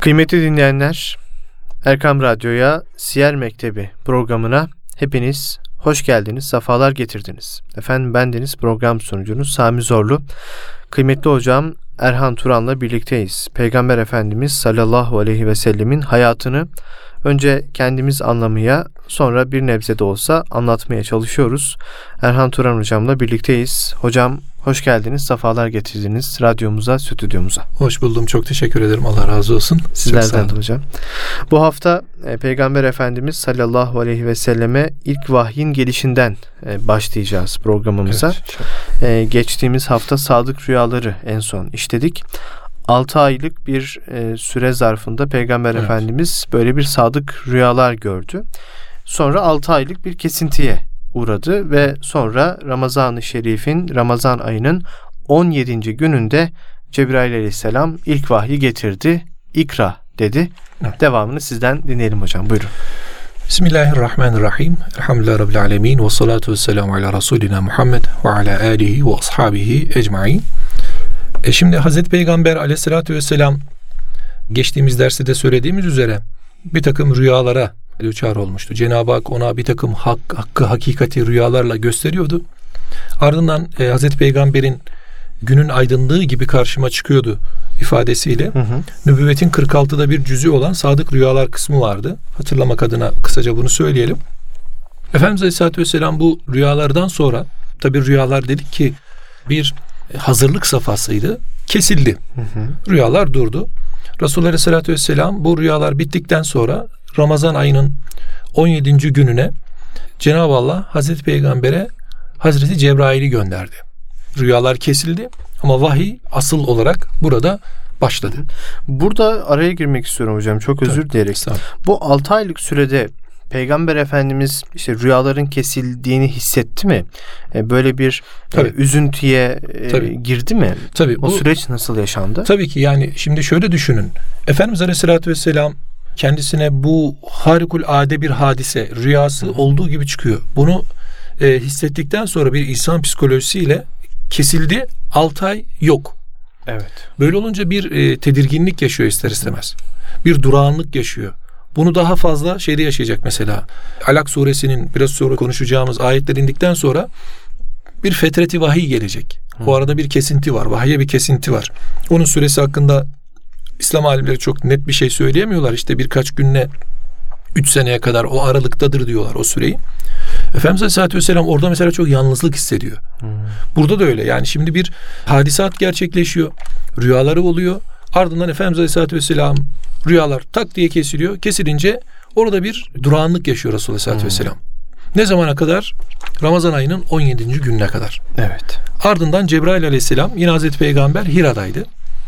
Kıymetli dinleyenler, Erkam Radyo'ya Siyer Mektebi programına hepiniz hoş geldiniz, sefalar getirdiniz. Efendim bendeniz program sunucunuz Sami Zorlu. Kıymetli hocam Erhan Turan'la birlikteyiz. Peygamber Efendimiz sallallahu aleyhi ve sellemin hayatını önce kendimiz anlamaya, sonra bir nebze de olsa anlatmaya çalışıyoruz. Erhan Turan hocamla birlikteyiz. Hocam hoş geldiniz, sefalar getirdiniz radyomuza, stüdyomuza. Hoş buldum, çok teşekkür ederim. Allah razı olsun. Sizlerden de hocam. Bu hafta Peygamber Efendimiz sallallahu aleyhi ve selleme ilk vahyin gelişinden başlayacağız programımıza. Evet, geçtiğimiz hafta sadık rüyaları en son işledik. 6 aylık bir süre zarfında Peygamber Efendimiz böyle bir sadık rüyalar gördü. Sonra 6 aylık bir kesintiye uğradı ve sonra Ramazan-ı Şerif'in, Ramazan ayının 17. gününde Cebrail aleyhisselam ilk vahyi getirdi. İkra dedi. Evet. Devamını sizden dinleyelim hocam. Buyurun. Bismillahirrahmanirrahim. Elhamdülillahi Rabbil alemin. Ve salatu ve selamu ala Resulina Muhammed ve ala alihi ve ashabihi ecmain. Şimdi Hazreti Peygamber aleyhissalatü vesselam geçtiğimiz derste de söylediğimiz üzere bir takım rüyalara düçar olmuştu. Cenab-ı Hak ona bir takım hakkı, hakikati rüyalarla gösteriyordu. Ardından Hazreti Peygamber'in günün aydınlığı gibi karşıma çıkıyordu ifadesiyle nübüvvetin 46'da bir cüzü olan sadık rüyalar kısmı vardı. Hatırlamak adına kısaca bunu söyleyelim. Efendimiz Aleyhisselatü Vesselam bu rüyalardan sonra, tabi rüyalar dedik ki bir hazırlık safhasıydı, kesildi. Rüyalar durdu. Resulullah Aleyhisselatü Vesselam bu rüyalar bittikten sonra Ramazan ayının 17. gününe Cenab-ı Allah Hazreti Peygamber'e Hazreti Cebrail'i gönderdi. Rüyalar kesildi ama vahiy asıl olarak burada başladı. Burada araya girmek istiyorum hocam. Çok özür dileyerek. Bu 6 aylık sürede Peygamber Efendimiz işte rüyaların kesildiğini hissetti mi? Böyle bir üzüntüye girdi mi? Tabii. O süreç nasıl yaşandı? Tabii ki yani şimdi şöyle düşünün. Efendimiz Aleyhisselatü Vesselam kendisine bu harikulade bir hadise, rüyası olduğu gibi çıkıyor. Bunu hissettikten sonra bir insan psikolojisiyle kesildi, 6 ay yok. Evet. Böyle olunca bir tedirginlik yaşıyor ister istemez. Bir durağanlık yaşıyor. Bunu daha fazla şeyde yaşayacak mesela. Alak suresinin biraz sonra konuşacağımız ayetler indikten sonra bir fetreti vahiy gelecek. O arada bir kesinti var. Vahye bir kesinti var. Onun süresi hakkında İslam alimleri çok net bir şey söyleyemiyorlar. İşte birkaç günle 3 seneye kadar o aralıktadır diyorlar o süreyi. Efendimiz Aleyhisselatü Vesselam orada mesela çok yalnızlık hissediyor. Burada da öyle. Yani şimdi bir hadisat gerçekleşiyor. Rüyaları oluyor. Ardından Efendimiz Aleyhisselatü Vesselam rüyalar tak diye kesiliyor. Kesilince orada bir durağanlık yaşıyor Resulullah Aleyhisselatü Vesselam. Ne zamana kadar? Ramazan ayının 17. gününe kadar. Evet. Ardından Cebrail Aleyhisselam yine Hazreti Peygamber Hira'daydı.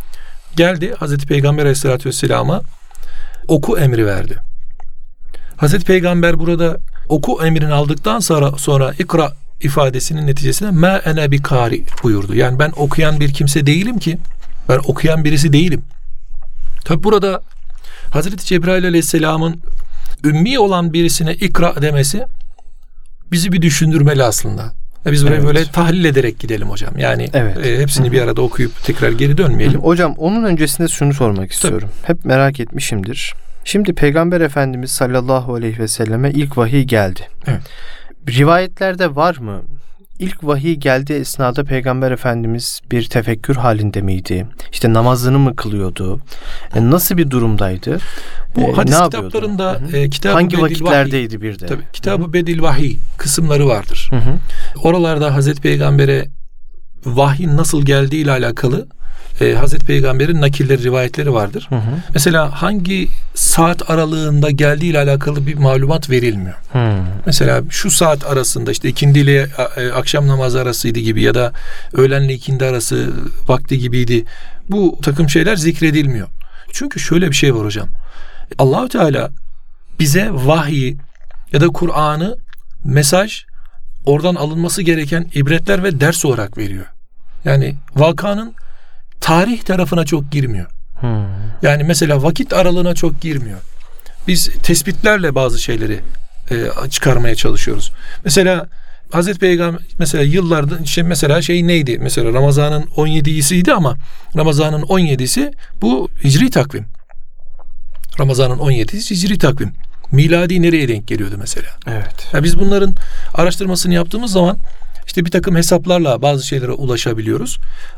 Geldi Hazreti Peygamber Aleyhisselatü Vesselam'a oku emri verdi. Hazreti Peygamber burada oku emrini aldıktan sonra ikra ifadesinin neticesinde ma ene bi kari buyurdu. Yani ben okuyan bir kimse değilim ki. Ben okuyan birisi değilim. Tabi burada Hazreti Cebrail Aleyhisselam'ın ümmi olan birisine ikra demesi bizi bir düşündürmeli aslında. Biz buraya böyle tahlil ederek gidelim hocam. Yani hepsini bir arada okuyup tekrar geri dönmeyelim. Hocam onun öncesinde şunu sormak istiyorum. Hep merak etmişimdir. Şimdi Peygamber Efendimiz sallallahu aleyhi ve selleme ilk vahiy geldi. Evet. Rivayetlerde var mı? İlk vahiy geldiği esnada Peygamber Efendimiz bir tefekkür halinde miydi? İşte namazını mı kılıyordu? Nasıl bir durumdaydı? Bu hadis kitaplarında hangi vakitlerdeydi bir de? Tabii, Kitab-ı Bedil Vahiy kısımları vardır. Oralarda Hazreti Peygamber'e vahyin nasıl geldiği ile alakalı Hazreti Peygamber'in nakilleri, rivayetleri vardır. Mesela hangi saat aralığında geldiği ile alakalı bir malumat verilmiyor. Mesela şu saat arasında işte ikindi ile akşam namazı arasıydı gibi ya da öğlenle ikindi arası vakti gibiydi. Bu takım şeyler zikredilmiyor. Çünkü şöyle bir şey var hocam. Allah-u Teala bize vahyi ya da Kur'an'ı mesaj, oradan alınması gereken ibretler ve ders olarak veriyor. Yani vakanın tarih tarafına çok girmiyor. Yani mesela vakit aralığına çok girmiyor. Biz tespitlerle bazı şeyleri çıkarmaya çalışıyoruz. Mesela Hazreti Peygamber mesela yıllardır mesela neydi? Mesela Ramazan'ın 17'siydi ama Ramazan'ın 17'si bu hicri takvim. Ramazan'ın 17'si Hicri takvim. Miladi nereye denk geliyordu mesela? Evet. Yani biz bunların araştırmasını yaptığımız zaman işte bir takım hesaplarla bazı şeylere ulaşabiliyoruz.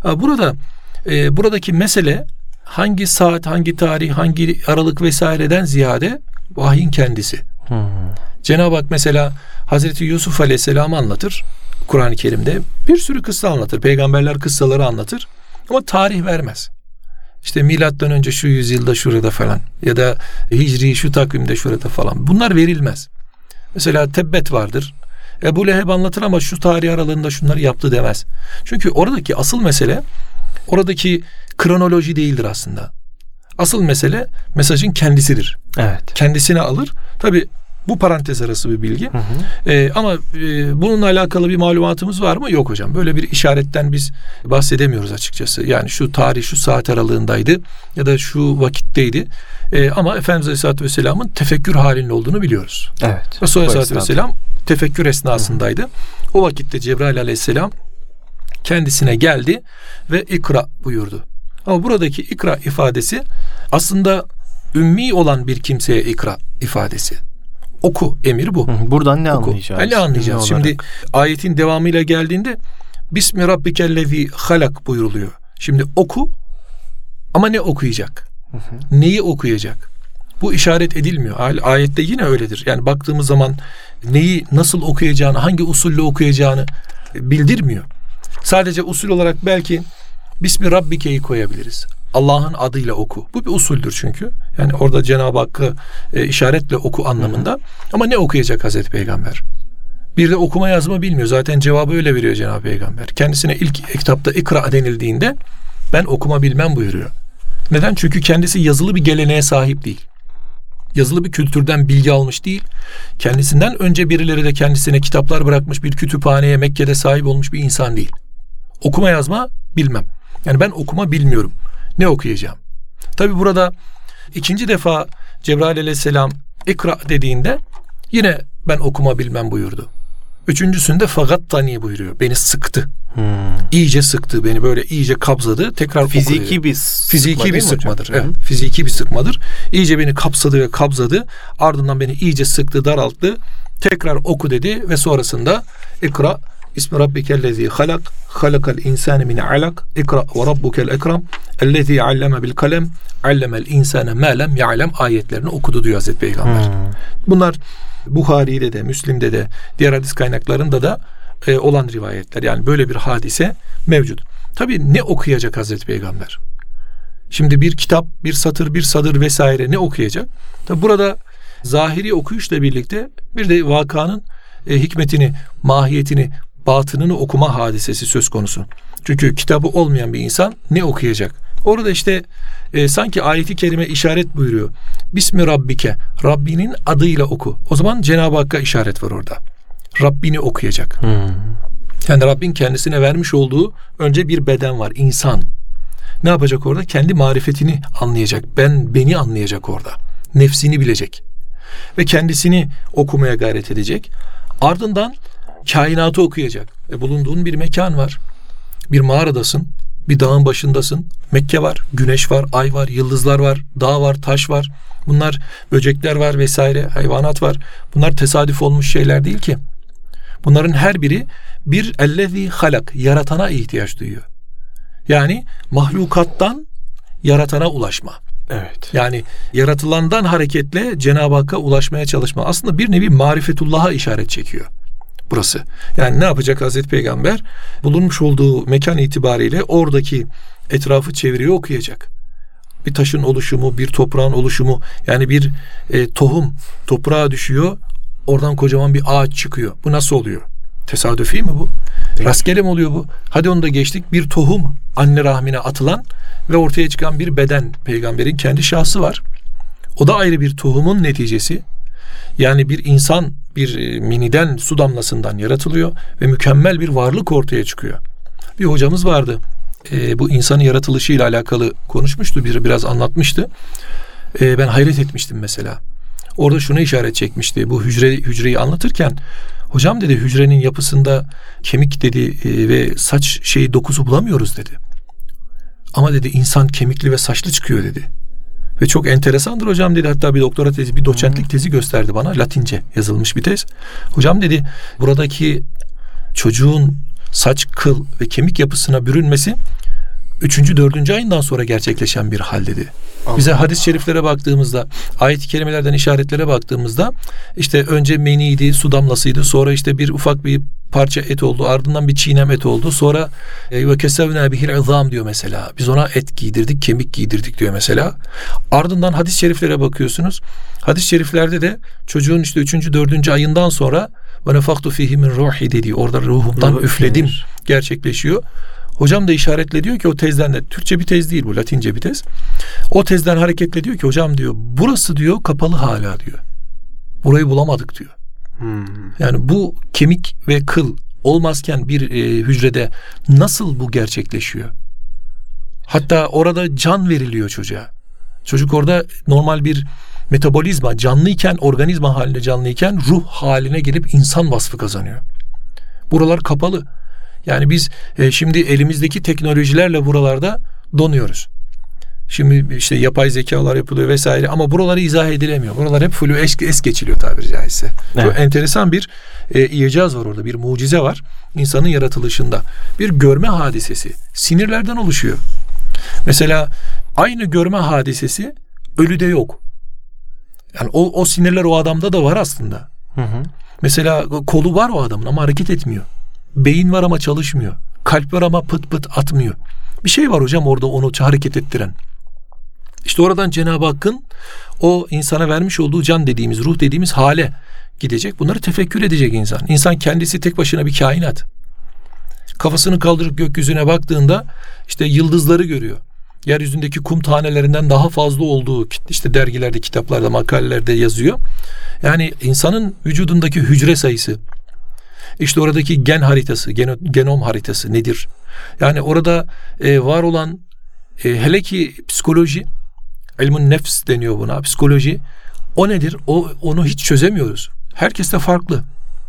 Buradaki mesele hangi saat, hangi tarih, hangi aralık vesaireden ziyade vahyin kendisi. Cenab-ı Hak mesela Hazreti Yusuf Aleyhisselam'ı anlatır. Kur'an-ı Kerim'de bir sürü kıssa anlatır. Peygamberler kıssaları anlatır. Ama tarih vermez. İşte milattan önce şu yüzyılda şurada falan ya da hicri şu takvimde şurada falan. Bunlar verilmez. Mesela Tebbet vardır. Ebu Leheb anlatır ama şu tarih aralığında şunları yaptı demez. Çünkü oradaki asıl mesele oradaki kronoloji değildir aslında. Asıl mesele mesajın kendisidir. Evet. Kendisine alır. Tabii bu parantez arası bir bilgi. Ama bununla alakalı bir malumatımız var mı? Yok hocam. Böyle bir işaretten biz bahsedemiyoruz açıkçası. Yani şu tarih şu saat aralığındaydı ya da şu vakitteydi. Ama Efendimiz Aleyhisselatü Vesselam'ın tefekkür halinde olduğunu biliyoruz. Evet. Resulullah Aleyhisselatü Vesselam tefekkür esnasındaydı. O vakitte Cebrail Aleyhisselam kendisine geldi ve ikra buyurdu. Ama buradaki ikra ifadesi aslında ümmi olan bir kimseye ikra ifadesi. Oku emir bu. Buradan ne Oku. anlayacağız? Ne anlayacağız? Şimdi ayetin devamıyla geldiğinde Bismi Rabbikellezi halak buyuruluyor. Şimdi oku ama ne okuyacak? Neyi okuyacak? Bu işaret edilmiyor. Ayette yine öyledir. Yani baktığımız zaman neyi nasıl okuyacağını, hangi usulle okuyacağını bildirmiyor. Sadece usul olarak belki Bismi Rabbike'yi koyabiliriz. Allah'ın adıyla oku. Bu bir usuldür çünkü. Yani orada Cenab-ı Hakk'ı işaretle oku anlamında. Ama ne okuyacak Hazreti Peygamber? Bir de okuma yazma bilmiyor. Zaten cevabı öyle veriyor Cenab-ı Peygamber. Kendisine ilk kitapta ikra denildiğinde ben okuma bilmem buyuruyor. Neden? Çünkü kendisi yazılı bir geleneğe sahip değil. Yazılı bir kültürden bilgi almış değil. Kendisinden önce birileri de kendisine kitaplar bırakmış, bir kütüphaneye Mekke'de sahip olmuş bir insan değil. Okuma yazma bilmem. Yani ben okuma bilmiyorum. Ne okuyacağım? Tabi burada ikinci defa Cebrail Aleyhisselam ikra dediğinde yine ben okuma bilmem buyurdu. Üçüncüsünde fagattani buyuruyor. Beni sıktı. İyice sıktı. Beni böyle iyice kabzadı. Tekrar fiziki bir sıkmadır. Evet, fiziki bir sıkmadır. İyice beni kapsadı ve kabzadı. Ardından beni iyice sıktı, daralttı. Tekrar oku dedi ve sonrasında ikra İsmi Rabbikellezi halak halakal insane min alak ikra ve rabbukel ekram ellezî alleme bil kalem allemel insane ma lem ya'lem ayetlerini okudu diyor Hazreti Peygamber. Bunlar Buhari'de de Müslim'de de diğer hadis kaynaklarında da olan rivayetler. Yani böyle bir hadise mevcut. Tabii ne okuyacak Hazreti Peygamber? Şimdi bir kitap, bir satır, bir sadır vesaire ne okuyacak? Tabii burada zahiri okuyuşla birlikte bir de vakanın hikmetini, mahiyetini, batınını okuma hadisesi söz konusu. Çünkü kitabı olmayan bir insan ne okuyacak? Orada işte sanki ayeti kerime işaret buyuruyor. Bismi Rabbike, Rabbinin adıyla oku. O zaman Cenab-ı Hakk'a işaret var orada. Rabbini okuyacak. Yani Rabbin kendisine vermiş olduğu önce bir beden var, insan. Ne yapacak orada? Kendi marifetini anlayacak. Beni anlayacak orada. Nefsini bilecek. Ve kendisini okumaya gayret edecek. Ardından kainatı okuyacak. Bulunduğun bir mekan var. Bir mağaradasın. Bir dağın başındasın. Mekke var, güneş var, ay var, yıldızlar var, dağ var, taş var. Bunlar böcekler var vesaire, hayvanat var. Bunlar tesadüf olmuş şeyler değil ki. Bunların her biri bir ellezî halak, yaratana ihtiyaç duyuyor. Yani mahlukattan yaratana ulaşma. Evet. Yani yaratılandan hareketle Cenab-ı Hakk'a ulaşmaya çalışma. Aslında bir nevi marifetullah'a işaret çekiyor burası. Yani ne yapacak Hazreti Peygamber? Bulunmuş olduğu mekan itibariyle oradaki etrafı çeviriyor, okuyacak. Bir taşın oluşumu, bir toprağın oluşumu, yani bir tohum toprağa düşüyor, oradan kocaman bir ağaç çıkıyor. Bu nasıl oluyor? Tesadüfi mi bu? Değil. Rastgele mi oluyor bu? Hadi onu da geçtik. Bir tohum anne rahmine atılan ve ortaya çıkan bir beden, peygamberin kendi şahsı var. O da ayrı bir tohumun neticesi. Yani bir insan bir miniden, su damlasından yaratılıyor ve mükemmel bir varlık ortaya çıkıyor. Bir hocamız vardı. Bu insanın yaratılışıyla alakalı konuşmuştu, biraz anlatmıştı. Ben hayret etmiştim mesela. Orada şuna işaret çekmişti. Bu hücreyi anlatırken, hocam dedi, hücrenin yapısında kemik dedi ve saç dokusu bulamıyoruz dedi. Ama dedi insan kemikli ve saçlı çıkıyor dedi. Ve çok enteresandır hocam dedi. Hatta bir doktora tezi, bir doçentlik tezi gösterdi bana. Latince yazılmış bir tez. Hocam dedi, buradaki çocuğun saç, kıl ve kemik yapısına bürünmesi 3. 4. ayından sonra gerçekleşen bir hal dedi. Bize hadis-i şeriflere baktığımızda, ayet-i kerimelerden işaretlere baktığımızda işte önce meniydi, su damlasıydı, sonra işte bir ufak bir parça et oldu, ardından bir çiğnem et oldu, sonra ve kesevna bihil izam diyor mesela. Biz ona et giydirdik, kemik giydirdik diyor mesela. Ardından hadis-i şeriflere bakıyorsunuz. Hadis-i şeriflerde de çocuğun işte 3. 4. ayından sonra ve nefaktu fihi min ruhi dediği, orada ruhumdan üfledim gerçekleşiyor. Hocam da işaretle diyor ki o tezden de, Türkçe bir tez değil bu, Latince bir tez. O tezden hareketle diyor ki hocam diyor, burası diyor kapalı hala diyor. Burayı bulamadık diyor. Yani bu kemik ve kıl olmazken bir hücrede nasıl bu gerçekleşiyor? Hatta orada can veriliyor çocuğa. Çocuk orada normal bir metabolizma, canlıyken, organizma halinde canlıyken ruh haline gelip insan vasfı kazanıyor. Buralar kapalı. Yani biz şimdi elimizdeki teknolojilerle buralarda donuyoruz. Şimdi işte yapay zekalar yapılıyor vesaire ama buraları izah edilemiyor. Buralar hep flu es geçiliyor tabiri caizse. Evet. Çok enteresan bir icaz var orada, bir mucize var insanın yaratılışında. Bir görme hadisesi sinirlerden oluşuyor. Mesela aynı görme hadisesi ölüde yok. Yani o sinirler o adamda da var aslında. Mesela kolu var o adamın ama hareket etmiyor. Beyin var ama çalışmıyor. Kalp var ama pıt pıt atmıyor. Bir şey var hocam orada onu hareket ettiren. İşte oradan Cenab-ı Hakk'ın o insana vermiş olduğu can dediğimiz, ruh dediğimiz hale gidecek. Bunları tefekkür edecek insan. İnsan kendisi tek başına bir kainat. Kafasını kaldırıp gökyüzüne baktığında işte yıldızları görüyor. Yeryüzündeki kum tanelerinden daha fazla olduğu işte dergilerde, kitaplarda, makalelerde yazıyor. Yani insanın vücudundaki hücre sayısı, İşte oradaki gen haritası, genom haritası nedir? Yani orada var olan hele ki psikoloji, ilmun nefs deniyor buna, psikoloji. O nedir? Onu hiç çözemiyoruz. Herkes de farklı.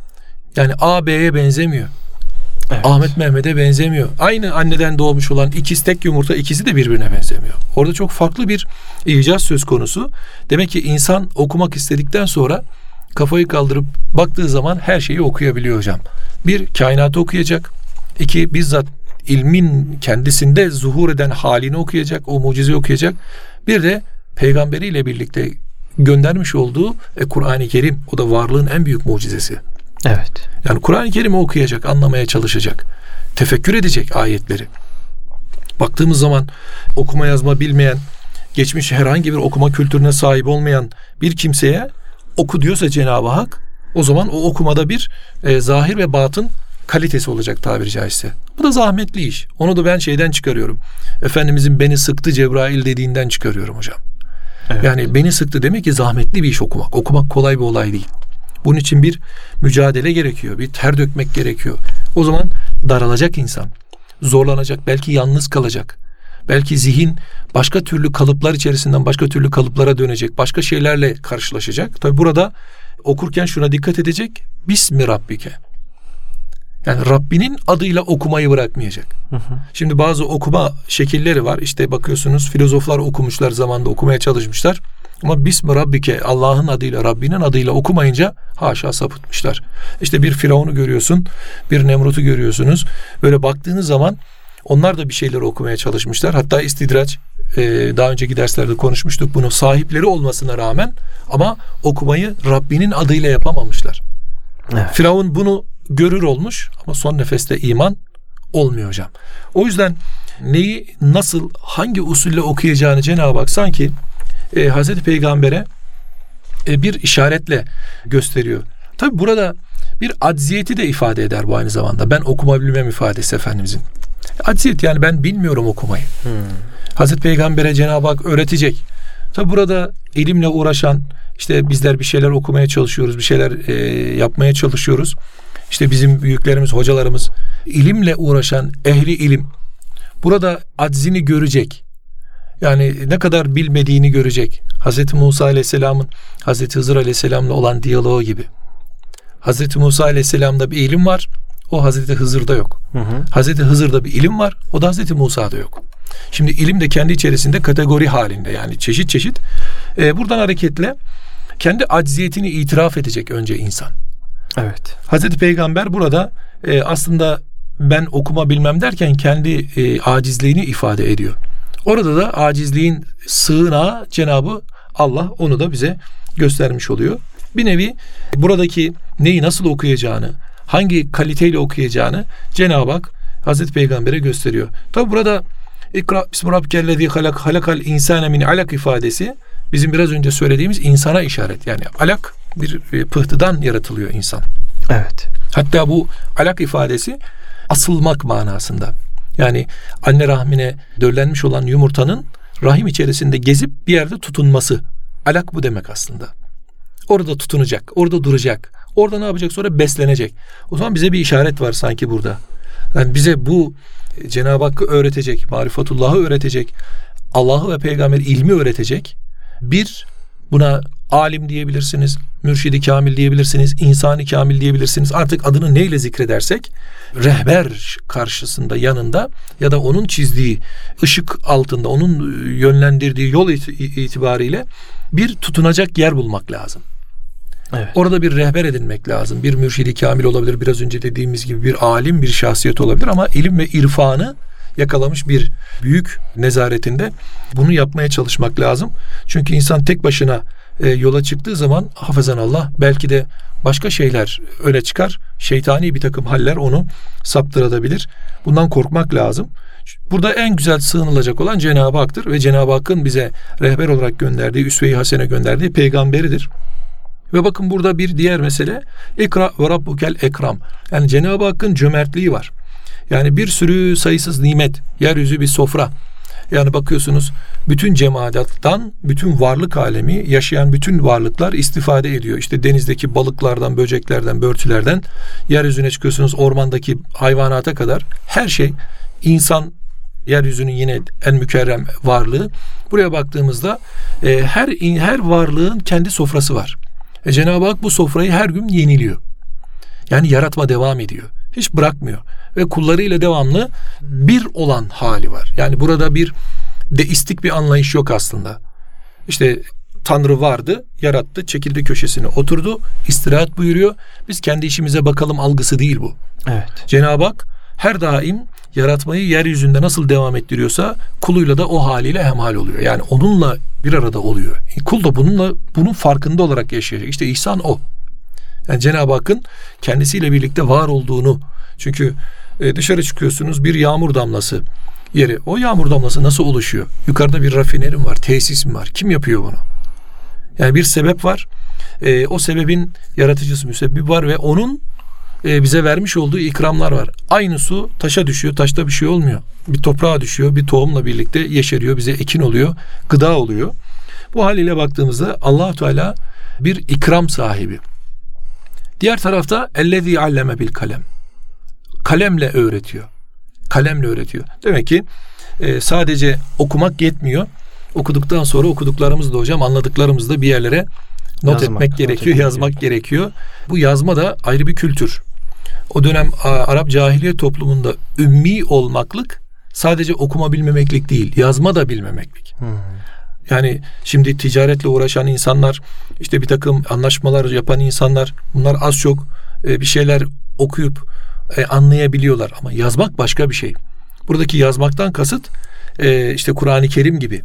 Yani A B'ye benzemiyor. Evet. Ahmet Mehmet'e benzemiyor. Aynı anneden doğmuş olan ikiz tek yumurta, ikisi de birbirine benzemiyor. Orada çok farklı bir icaz söz konusu. Demek ki insan okumak istedikten sonra kafayı kaldırıp baktığı zaman her şeyi okuyabiliyor hocam. Bir, kainatı okuyacak. İki, bizzat ilmin kendisinde zuhur eden halini okuyacak. O mucizeyi okuyacak. Bir de peygamberiyle birlikte göndermiş olduğu Kur'an-ı Kerim. O da varlığın en büyük mucizesi. Evet. Yani Kur'an-ı Kerim'i okuyacak, anlamaya çalışacak. Tefekkür edecek ayetleri. Baktığımız zaman okuma yazma bilmeyen, geçmiş herhangi bir okuma kültürüne sahip olmayan bir kimseye oku diyorsa Cenab-ı Hak, o zaman o okumada bir zahir ve batın kalitesi olacak tabiri caizse. Bu da zahmetli iş. Onu da ben şeyden çıkarıyorum. Efendimizin beni sıktı Cebrail dediğinden çıkarıyorum hocam. Evet. Yani beni sıktı demek ki zahmetli bir iş okumak. Okumak kolay bir olay değil. Bunun için bir mücadele gerekiyor. Bir ter dökmek gerekiyor. O zaman daralacak insan. Zorlanacak. Belki yalnız kalacak. Belki zihin başka türlü kalıplar içerisinden başka türlü kalıplara dönecek. Başka şeylerle karşılaşacak. Tabi burada okurken şuna dikkat edecek. Bismi Rabbike. Yani Rabbinin adıyla okumayı bırakmayacak. Şimdi bazı okuma şekilleri var. İşte bakıyorsunuz filozoflar okumuşlar, zamanında okumaya çalışmışlar. Ama Bismi Rabbike, Allah'ın adıyla, Rabbinin adıyla okumayınca haşa sapıtmışlar. İşte bir Firavun'u görüyorsun, bir Nemrut'u görüyorsunuz. Böyle baktığınız zaman onlar da bir şeyler okumaya çalışmışlar. Hatta istidraç, daha önceki derslerde konuşmuştuk bunu, sahipleri olmasına rağmen ama okumayı Rabbinin adıyla yapamamışlar. Evet. Firavun bunu görür olmuş ama son nefeste iman olmuyor hocam. O yüzden neyi nasıl, hangi usulle okuyacağını Cenab-ı Hak sanki Hazreti Peygamber'e bir işaretle gösteriyor. Tabi burada bir acziyeti de ifade eder bu aynı zamanda. Ben okuma bilmem ifadesi Efendimizin. Acziyet, yani ben bilmiyorum okumayı. Hazreti Peygamber'e Cenab-ı Hak öğretecek. Tabi burada ilimle uğraşan, işte bizler bir şeyler okumaya çalışıyoruz, bir şeyler yapmaya çalışıyoruz. İşte bizim büyüklerimiz, hocalarımız, ilimle uğraşan ehli ilim burada aczini görecek. Yani ne kadar bilmediğini görecek. Hazreti Musa Aleyhisselam'ın Hazreti Hızır Aleyhisselam'la olan diyaloğu gibi. Hazreti Musa Aleyhisselam'da bir ilim var. O Hazreti Hızır'da yok. Hazreti Hızır'da bir ilim var. O da Hazreti Musa'da yok. Şimdi ilim de kendi içerisinde kategori halinde, yani çeşit çeşit. Buradan hareketle kendi acziyetini itiraf edecek önce insan. Evet. Hazreti Peygamber burada aslında ben okuma bilmem derken kendi acizliğini ifade ediyor. Orada da acizliğin sığınağı Cenab-ı Allah, onu da bize göstermiş oluyor. Bir nevi buradaki neyi nasıl okuyacağını, hangi kaliteyle okuyacağını Cenab-ı Hak Hazreti Peygamber'e gösteriyor. Tabi burada İkra bismi rabbikellezî halakal insâne min alak ifadesi bizim biraz önce söylediğimiz insana işaret. Yani alak bir pıhtıdan yaratılıyor insan. Evet. Hatta bu alak ifadesi asılmak manasında. Yani anne rahmine döllenmiş olan yumurtanın rahim içerisinde gezip bir yerde tutunması. Alak bu demek aslında. Orada tutunacak, orada duracak. Orada ne yapacak? Sonra beslenecek. O zaman bize bir işaret var sanki burada. Yani bize bu Cenab-ı Hakk'ı öğretecek, marifetullah'ı öğretecek, Allah'ı ve peygamber ilmi öğretecek. Bir, buna alim diyebilirsiniz, mürşidi kamil diyebilirsiniz, insani kamil diyebilirsiniz. Artık adını neyle zikredersek, rehber karşısında, yanında ya da onun çizdiği ışık altında, onun yönlendirdiği yol itibariyle bir tutunacak yer bulmak lazım. Evet. Orada bir rehber edinmek lazım. Bir mürşidi kamil olabilir, biraz önce dediğimiz gibi bir alim, bir şahsiyet olabilir ama ilim ve irfanı yakalamış bir büyük nezaretinde bunu yapmaya çalışmak lazım. Çünkü insan tek başına yola çıktığı zaman hafazanallah belki de başka şeyler öne çıkar. Şeytani bir takım haller onu saptırabilir. Bundan korkmak lazım. Burada en güzel sığınılacak olan Cenab-ı Hak'tır ve Cenab-ı Hakk'ın bize rehber olarak gönderdiği, üsve-i hasene gönderdiği peygamberidir. Ve bakın burada bir diğer mesele, ikra ve rabbukel ekram. Yani Cenab-ı Hakk'ın cömertliği var. Yani bir sürü sayısız nimet, yeryüzü bir sofra. Yani bakıyorsunuz bütün cemaattan, bütün varlık alemi, yaşayan bütün varlıklar istifade ediyor. İşte denizdeki balıklardan, böceklerden, börtülerden, yeryüzüne çıkıyorsunuz ormandaki hayvanata kadar her şey, insan yeryüzünün yine en mükerrem varlığı. Buraya baktığımızda her varlığın kendi sofrası var. Cenab-ı Hak bu sofrayı her gün yeniliyor. Yani yaratma devam ediyor. Hiç bırakmıyor. Ve kullarıyla devamlı bir olan hali var. Yani burada bir deistik bir anlayış yok aslında. İşte Tanrı vardı, yarattı, çekildi köşesine oturdu, istirahat buyuruyor. Biz kendi işimize bakalım algısı değil bu. Evet. Cenab-ı Hak her daim yaratmayı yeryüzünde nasıl devam ettiriyorsa kuluyla da o haliyle hemhal oluyor. Yani onunla bir arada oluyor. Kul da bunun farkında olarak yaşayacak. İşte ihsan o. Yani Cenab-ı Hakk'ın kendisiyle birlikte var olduğunu, çünkü dışarı çıkıyorsunuz, bir yağmur damlası yeri. O yağmur damlası nasıl oluşuyor? Yukarıda bir rafinerim var, tesis mi var? Kim yapıyor bunu? Yani bir sebep var. O sebebin yaratıcısı, müsebbibi var ve onun bize vermiş olduğu ikramlar var. Aynı su taşa düşüyor, taşta bir şey olmuyor. Bir toprağa düşüyor, bir tohumla birlikte yeşeriyor, bize ekin oluyor, gıda oluyor. Bu haliyle baktığımızda Allah-u Teala bir ikram sahibi. Diğer tarafta ellezî alleme bil kalem. Kalemle öğretiyor. Kalemle öğretiyor. Demek ki sadece okumak yetmiyor. Okuduktan sonra okuduklarımızı da hocam, anladıklarımızı da bir yerlere not etmek gerekiyor, yazmak gerekiyor. Bu yazma da ayrı bir kültür. O dönem Arap cahiliye toplumunda ümmi olmaklık sadece okuma bilmemeklik değil, yazma da bilmemeklik. Yani şimdi ticaretle uğraşan insanlar, işte bir takım anlaşmalar yapan insanlar, bunlar az çok bir şeyler okuyup anlayabiliyorlar ama yazmak başka bir şey. Buradaki yazmaktan kasıt işte Kur'an-ı Kerim gibi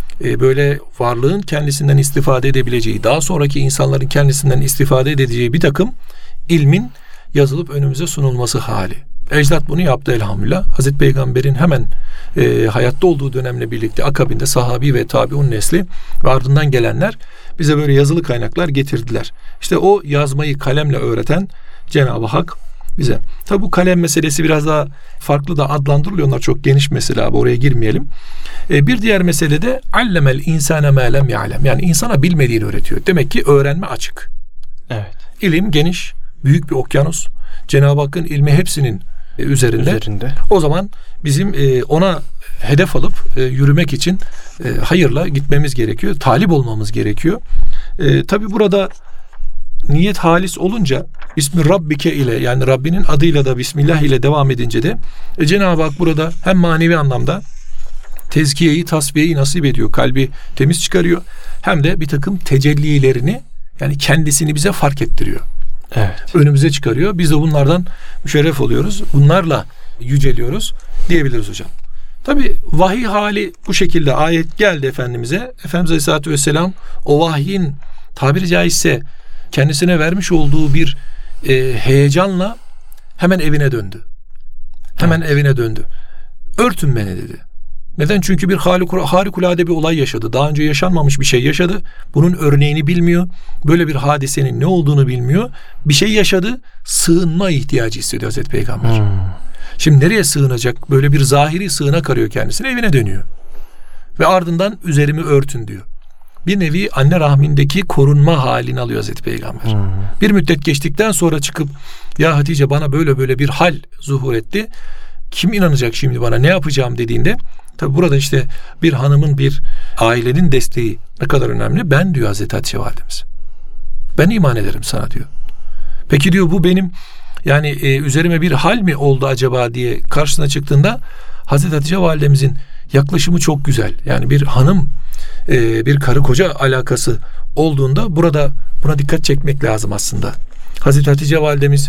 böyle varlığın kendisinden istifade edebileceği, daha sonraki insanların kendisinden istifade edeceği bir takım ilmin yazılıp önümüze sunulması hali. Ecdat bunu yaptı elhamdülillah. Hazreti Peygamber'in hemen hayatta olduğu dönemle birlikte akabinde sahabi ve tabiun nesli ve ardından gelenler bize böyle yazılı kaynaklar getirdiler. İşte o yazmayı kalemle öğreten Cenab-ı Hak bize. Tabi bu kalem meselesi biraz daha farklı da adlandırılıyor. Onlar çok geniş mesele abi, oraya girmeyelim. Bir diğer mesele de allemel insane ma lem ya'lem. Yani insana bilmediğini öğretiyor. Demek ki öğrenme açık. Evet. İlim geniş, büyük bir okyanus. Cenab-ı Hakk'ın ilmi hepsinin üzerinde. O zaman bizim ona hedef alıp yürümek için hayırla gitmemiz gerekiyor. Talip olmamız gerekiyor. Tabi burada niyet halis olunca Bismi Rabbike ile, yani Rabbinin adıyla da Bismillah ile devam edince de Cenab-ı Hak burada hem manevi anlamda tezkiyeyi, tasfiyeyi nasip ediyor. Kalbi temiz çıkarıyor. Hem de bir takım tecellilerini, yani kendisini bize fark ettiriyor. Evet. Önümüze çıkarıyor. Biz de bunlardan müşerref oluyoruz. Bunlarla yüceliyoruz diyebiliriz hocam. Tabi vahiy hali bu şekilde, ayet geldi Efendimiz'e. Efendimiz Aleyhisselatü Vesselam o vahyin tabiri caizse kendisine vermiş olduğu bir heyecanla hemen evine döndü. Hemen evine döndü. Örtün beni dedi. Neden? Çünkü bir harikulade bir olay yaşadı. Daha önce yaşanmamış bir şey yaşadı. Bunun örneğini bilmiyor. Böyle bir hadisenin ne olduğunu bilmiyor. Bir şey yaşadı. Sığınma ihtiyacı hissediyor Hazreti Peygamber. Şimdi nereye sığınacak? Böyle bir zahiri sığınak arıyor kendisine. Evine dönüyor. Ve ardından üzerimi örtün diyor. Bir nevi anne rahmindeki korunma halini alıyor Hazreti Peygamber. Bir müddet geçtikten sonra çıkıp ya Hatice bana böyle bir hal zuhur etti. Kim inanacak şimdi bana, ne yapacağım dediğinde, tabi burada işte bir hanımın, bir ailenin desteği ne kadar önemli. Ben diyor Hazreti Hatice validemiz, ben iman ederim sana diyor. Peki diyor bu benim yani üzerime bir hal mi oldu acaba diye karşısına çıktığında Hazreti Hatice validemizin yaklaşımı çok güzel. Yani bir hanım, bir karı koca alakası olduğunda burada buna dikkat çekmek lazım aslında. Hazreti Hatice validemiz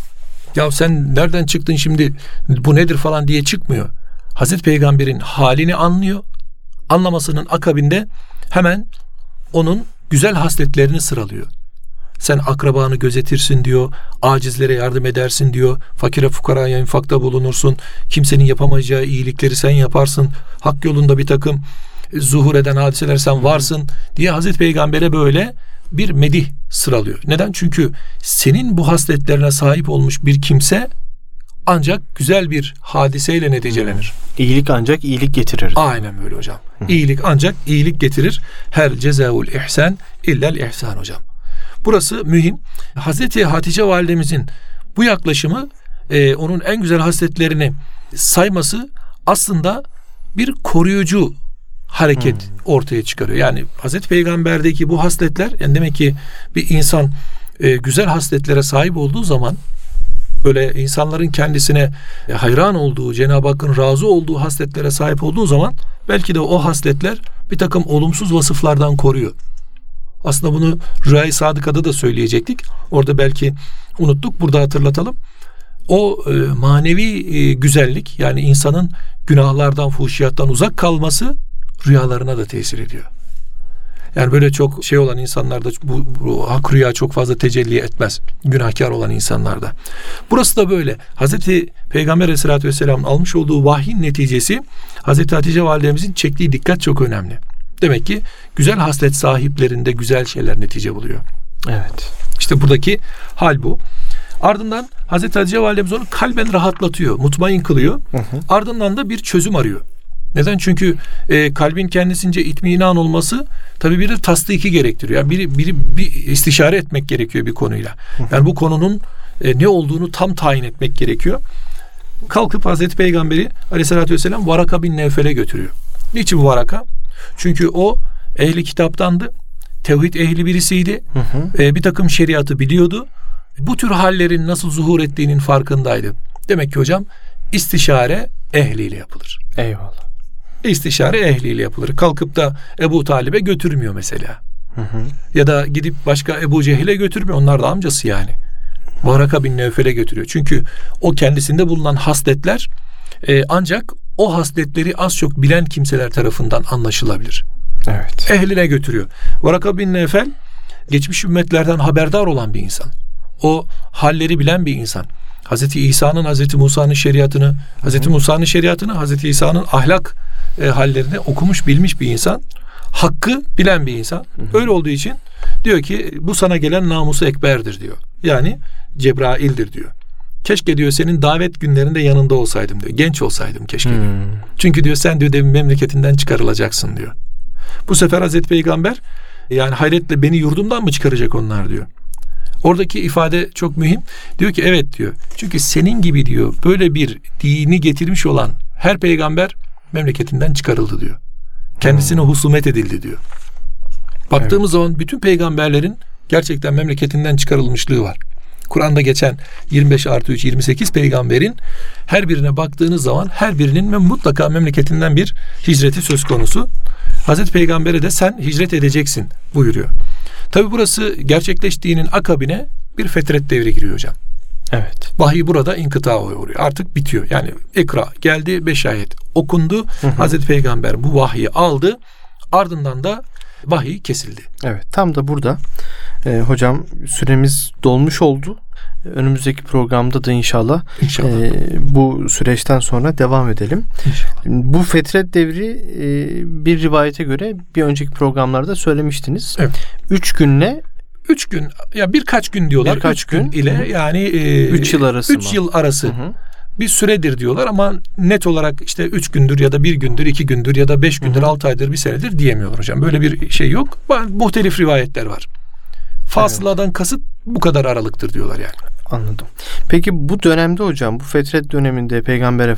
ya sen nereden çıktın şimdi, bu nedir falan diye çıkmıyor. Hazreti Peygamber'in halini anlıyor. Anlamasının akabinde hemen onun güzel hasletlerini sıralıyor. Sen akrabanı gözetirsin diyor, acizlere yardım edersin diyor, fakire fukaraya infakta bulunursun, kimsenin yapamayacağı iyilikleri sen yaparsın, hak yolunda bir takım zuhur eden hadiseler sen varsın diye Hazreti Peygamber'e böyle bir medih sıralıyor. Neden? Çünkü senin bu hasletlerine sahip olmuş bir kimse ancak güzel bir hadiseyle neticelenir. İyilik ancak iyilik getirir. Aynen böyle hocam. İyilik ancak iyilik getirir. Her cezaul ihsan illel ihsan hocam. Burası mühim. Hazreti Hatice validemizin bu yaklaşımı, onun en güzel hasletlerini sayması aslında bir koruyucu hareket ortaya çıkarıyor. Yani Hazreti Peygamber'deki bu hasletler, yani demek ki bir insan güzel hasletlere sahip olduğu zaman, böyle insanların kendisine hayran olduğu, Cenab-ı Hakk'ın razı olduğu hasletlere sahip olduğu zaman belki de o hasletler bir takım olumsuz vasıflardan koruyor. Aslında bunu Rüya-i Sadıka'da da söyleyecektik. Orada belki unuttuk. Burada hatırlatalım. O manevi güzellik, yani insanın günahlardan, fuhşiyattan uzak kalması rüyalarına da tesir ediyor. Yani böyle çok şey olan insanlarda bu hak rüya çok fazla tecelli etmez. Günahkar olan insanlarda. Burası da böyle. Hazreti Peygamber Aleyhisselatü Vesselam'ın almış olduğu vahyin neticesi, Hazreti Hatice validemizin çektiği dikkat çok önemli. Demek ki güzel haslet sahiplerinde güzel şeyler netice buluyor. Evet. İşte buradaki hal bu. Ardından Hazreti Hatice validemiz onu kalben rahatlatıyor, mutmain kılıyor. Ardından da bir çözüm arıyor. Neden? Çünkü kalbin kendisince itminan olması tabii bir de tasdiki gerektiriyor. Yani bir istişare etmek gerekiyor bir konuyla. Yani bu konunun ne olduğunu tam tayin etmek gerekiyor. Kalkıp Hazreti Peygamberi Aleyhisselatü Vesselam Varaka bin Nevfel'e götürüyor. Niçin Varaka? Çünkü o ehli kitaptandı. Tevhid ehli birisiydi. Bir takım şeriatı biliyordu. Bu tür hallerin nasıl zuhur ettiğinin farkındaydı. Demek ki hocam istişare ehliyle yapılır. Eyvallah. İstişare ehliyle yapılır. Kalkıp da Ebu Talib'e götürmüyor mesela. Ya da gidip başka Ebu Cehil'e götürmüyor. Onlar da amcası yani. Varaka bin Nevfel'e götürüyor. Çünkü o kendisinde bulunan hasletler ancak o hasletleri az çok bilen kimseler tarafından anlaşılabilir. Evet. Ehline götürüyor. Varaka bin Nevfel geçmiş ümmetlerden haberdar olan bir insan. O halleri bilen bir insan. Hazreti İsa'nın, Hazreti Musa'nın şeriatını, Hazreti Musa'nın şeriatını, Hazreti İsa'nın ahlak hallerini okumuş, bilmiş bir insan. Hakkı bilen bir insan. Öyle olduğu için diyor ki bu sana gelen namusu ekberdir diyor. Yani Cebrail'dir diyor. Keşke diyor senin davet günlerinde yanında olsaydım diyor. Genç olsaydım keşke diyor. Çünkü diyor sen diyor devin memleketinden çıkarılacaksın diyor. Bu sefer Hazreti Peygamber yani hayretle beni yurdumdan mı çıkaracak onlar diyor. Oradaki ifade çok mühim. Diyor ki evet diyor. Çünkü senin gibi diyor böyle bir dini getirmiş olan her peygamber memleketinden çıkarıldı diyor. Kendisine husumet edildi diyor. Baktığımız zaman bütün peygamberlerin gerçekten memleketinden çıkarılmışlığı var. Kur'an'da geçen 25 artı 3 28 peygamberin her birine baktığınız zaman her birinin mutlaka memleketinden bir hicreti söz konusu. Hazreti Peygamber'e de sen hicret edeceksin buyuruyor. Tabi burası gerçekleştiğinin akabine bir fetret devri giriyor hocam. Evet. Vahiy burada inkıta uğruyor. Artık bitiyor. Yani ikra geldi, 5 ayet okundu. Hazreti Peygamber bu vahyi aldı. Ardından da vahiy kesildi. Evet. Tam da burada hocam süremiz dolmuş oldu. Önümüzdeki programda da inşallah bu süreçten sonra devam edelim. İnşallah. Bu fetret devri bir rivayete göre bir önceki programlarda söylemiştiniz. Evet. 3 günle 3 gün ya birkaç gün diyorlar. Birkaç gün ile yani 3 yıl arası 3 yıl arası bir süredir diyorlar ama net olarak işte 3 gündür ya da 1 gündür, 2 gündür ya da 5 gündür, 6 aydır, 1 senedir diyemiyorlar hocam. Böyle bir şey yok. Muhtelif rivayetler var. Fasıladan kasıt bu kadar aralıktır diyorlar yani. Anladım. Peki bu dönemde hocam, bu fetret döneminde Peygamber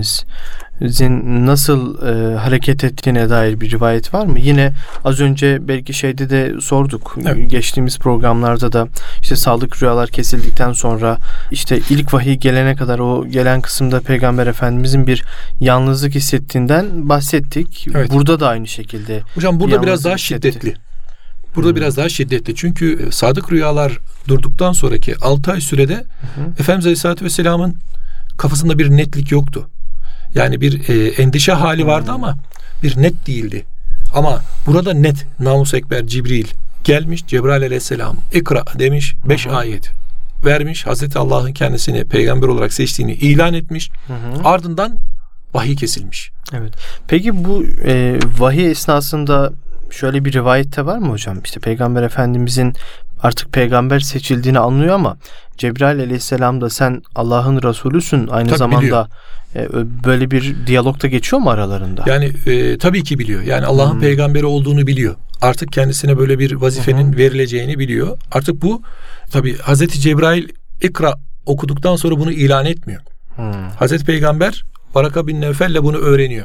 Efendimizin nasıl hareket ettiğine dair bir rivayet var mı? Yine az önce belki şeyde de sorduk. Evet. Geçtiğimiz programlarda da işte sadık rüyalar kesildikten sonra işte ilk vahiy gelene kadar o gelen kısımda Peygamber Efendimizin bir yalnızlık hissettiğinden bahsettik. Evet. Burada da aynı şekilde. Hocam burada biraz daha şiddetli. Burada biraz daha şiddetli. Çünkü sadık rüyalar durduktan sonraki 6 ay sürede Efendimiz Aleyhisselatü Vesselam'ın kafasında bir netlik yoktu. Yani bir endişe hali vardı ama bir net değildi. Ama burada net Namus Ekber Cibril gelmiş, Cebrail Aleyhisselam ikra demiş, 5 ayet vermiş. Hazreti Allah'ın kendisini peygamber olarak seçtiğini ilan etmiş. Ardından vahiy kesilmiş. Evet. Peki bu vahiy esnasında şöyle bir rivayette var mı hocam? İşte Peygamber Efendimizin artık peygamber seçildiğini anlıyor ama Cebrail Aleyhisselam da sen Allah'ın Resulüsün aynı tabii zamanda böyle bir diyalog da geçiyor mu aralarında? Yani tabii ki biliyor. Yani Allah'ın peygamberi olduğunu biliyor. Artık kendisine böyle bir vazifenin verileceğini biliyor. Artık bu tabii Hazreti Cebrail ikra okuduktan sonra bunu ilan etmiyor. Hazreti Peygamber Varaka bin Nevfel'le bunu öğreniyor.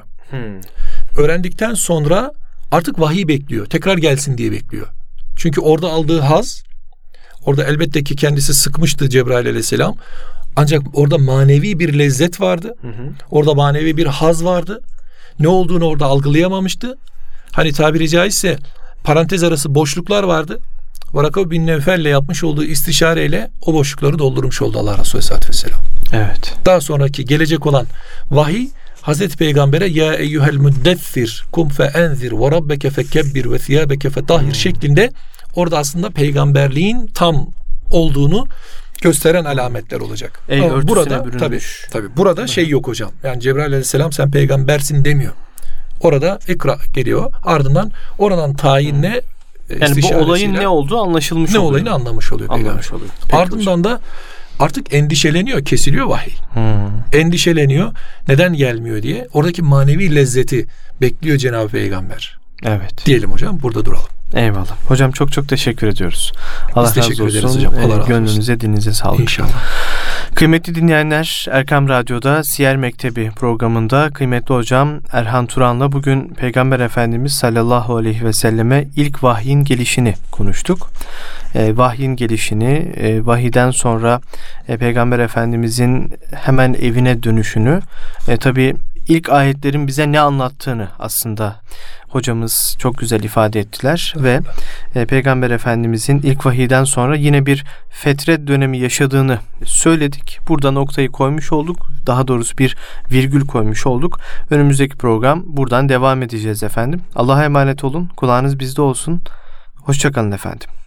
Öğrendikten sonra artık vahiy bekliyor. Tekrar gelsin diye bekliyor. Çünkü orada aldığı haz, orada elbette ki kendisi sıkmıştı Cebrail Aleyhisselam. Ancak orada manevi bir lezzet vardı. Orada manevi bir haz vardı. Ne olduğunu orada algılayamamıştı. Hani tabiri caizse parantez arası boşluklar vardı. Varaka bin Nevfel'le yapmış olduğu istişareyle o boşlukları doldurmuş oldu Allah Resulü Aleyhisselatü Vesselam. Evet. Daha sonraki gelecek olan vahiy Hazreti Peygamber'e ya eyyuhel müddessir kum fe enzir ve rabbeke fekebbir ve thiyabeke fetahhir şeklinde orada aslında peygamberliğin tam olduğunu gösteren alametler olacak. Ama burada tabii burada şey yok hocam. Yani Cebrail Aleyhisselam sen peygambersin demiyor. Orada ikra geliyor. Ardından oradan tayinle yani bu olayın ne olduğu anlaşılmış oluyor. Ne olayını anlamış oluyor. Anlamış oluyor. Ardından da artık endişeleniyor, kesiliyor vahiy. Endişeleniyor. Neden gelmiyor diye. Oradaki manevi lezzeti bekliyor Cenab-ı Peygamber. Evet. Diyelim hocam, burada duralım. Eyvallah. Hocam çok teşekkür ediyoruz. Allah teşekkür razı ederiz olsun. Hocam. Allah razı Gönlünüze, olsun. dilinize sağlık. İnşallah. Kıymetli dinleyenler, Erkam Radyo'da Siyer Mektebi programında kıymetli hocam Erhan Turan'la bugün Peygamber Efendimiz sallallahu aleyhi ve selleme ilk vahyin gelişini konuştuk. Vahyin gelişini, vahiyden sonra Peygamber Efendimizin hemen evine dönüşünü, tabii ilk ayetlerin bize ne anlattığını aslında hocamız çok güzel ifade ettiler ve Peygamber Efendimizin ilk vahiyden sonra yine bir fetret dönemi yaşadığını söyledik. Burada noktayı koymuş olduk. Daha doğrusu bir virgül koymuş olduk. Önümüzdeki program buradan devam edeceğiz efendim. Allah'a emanet olun. Kulağınız bizde olsun. Hoşça kalın efendim.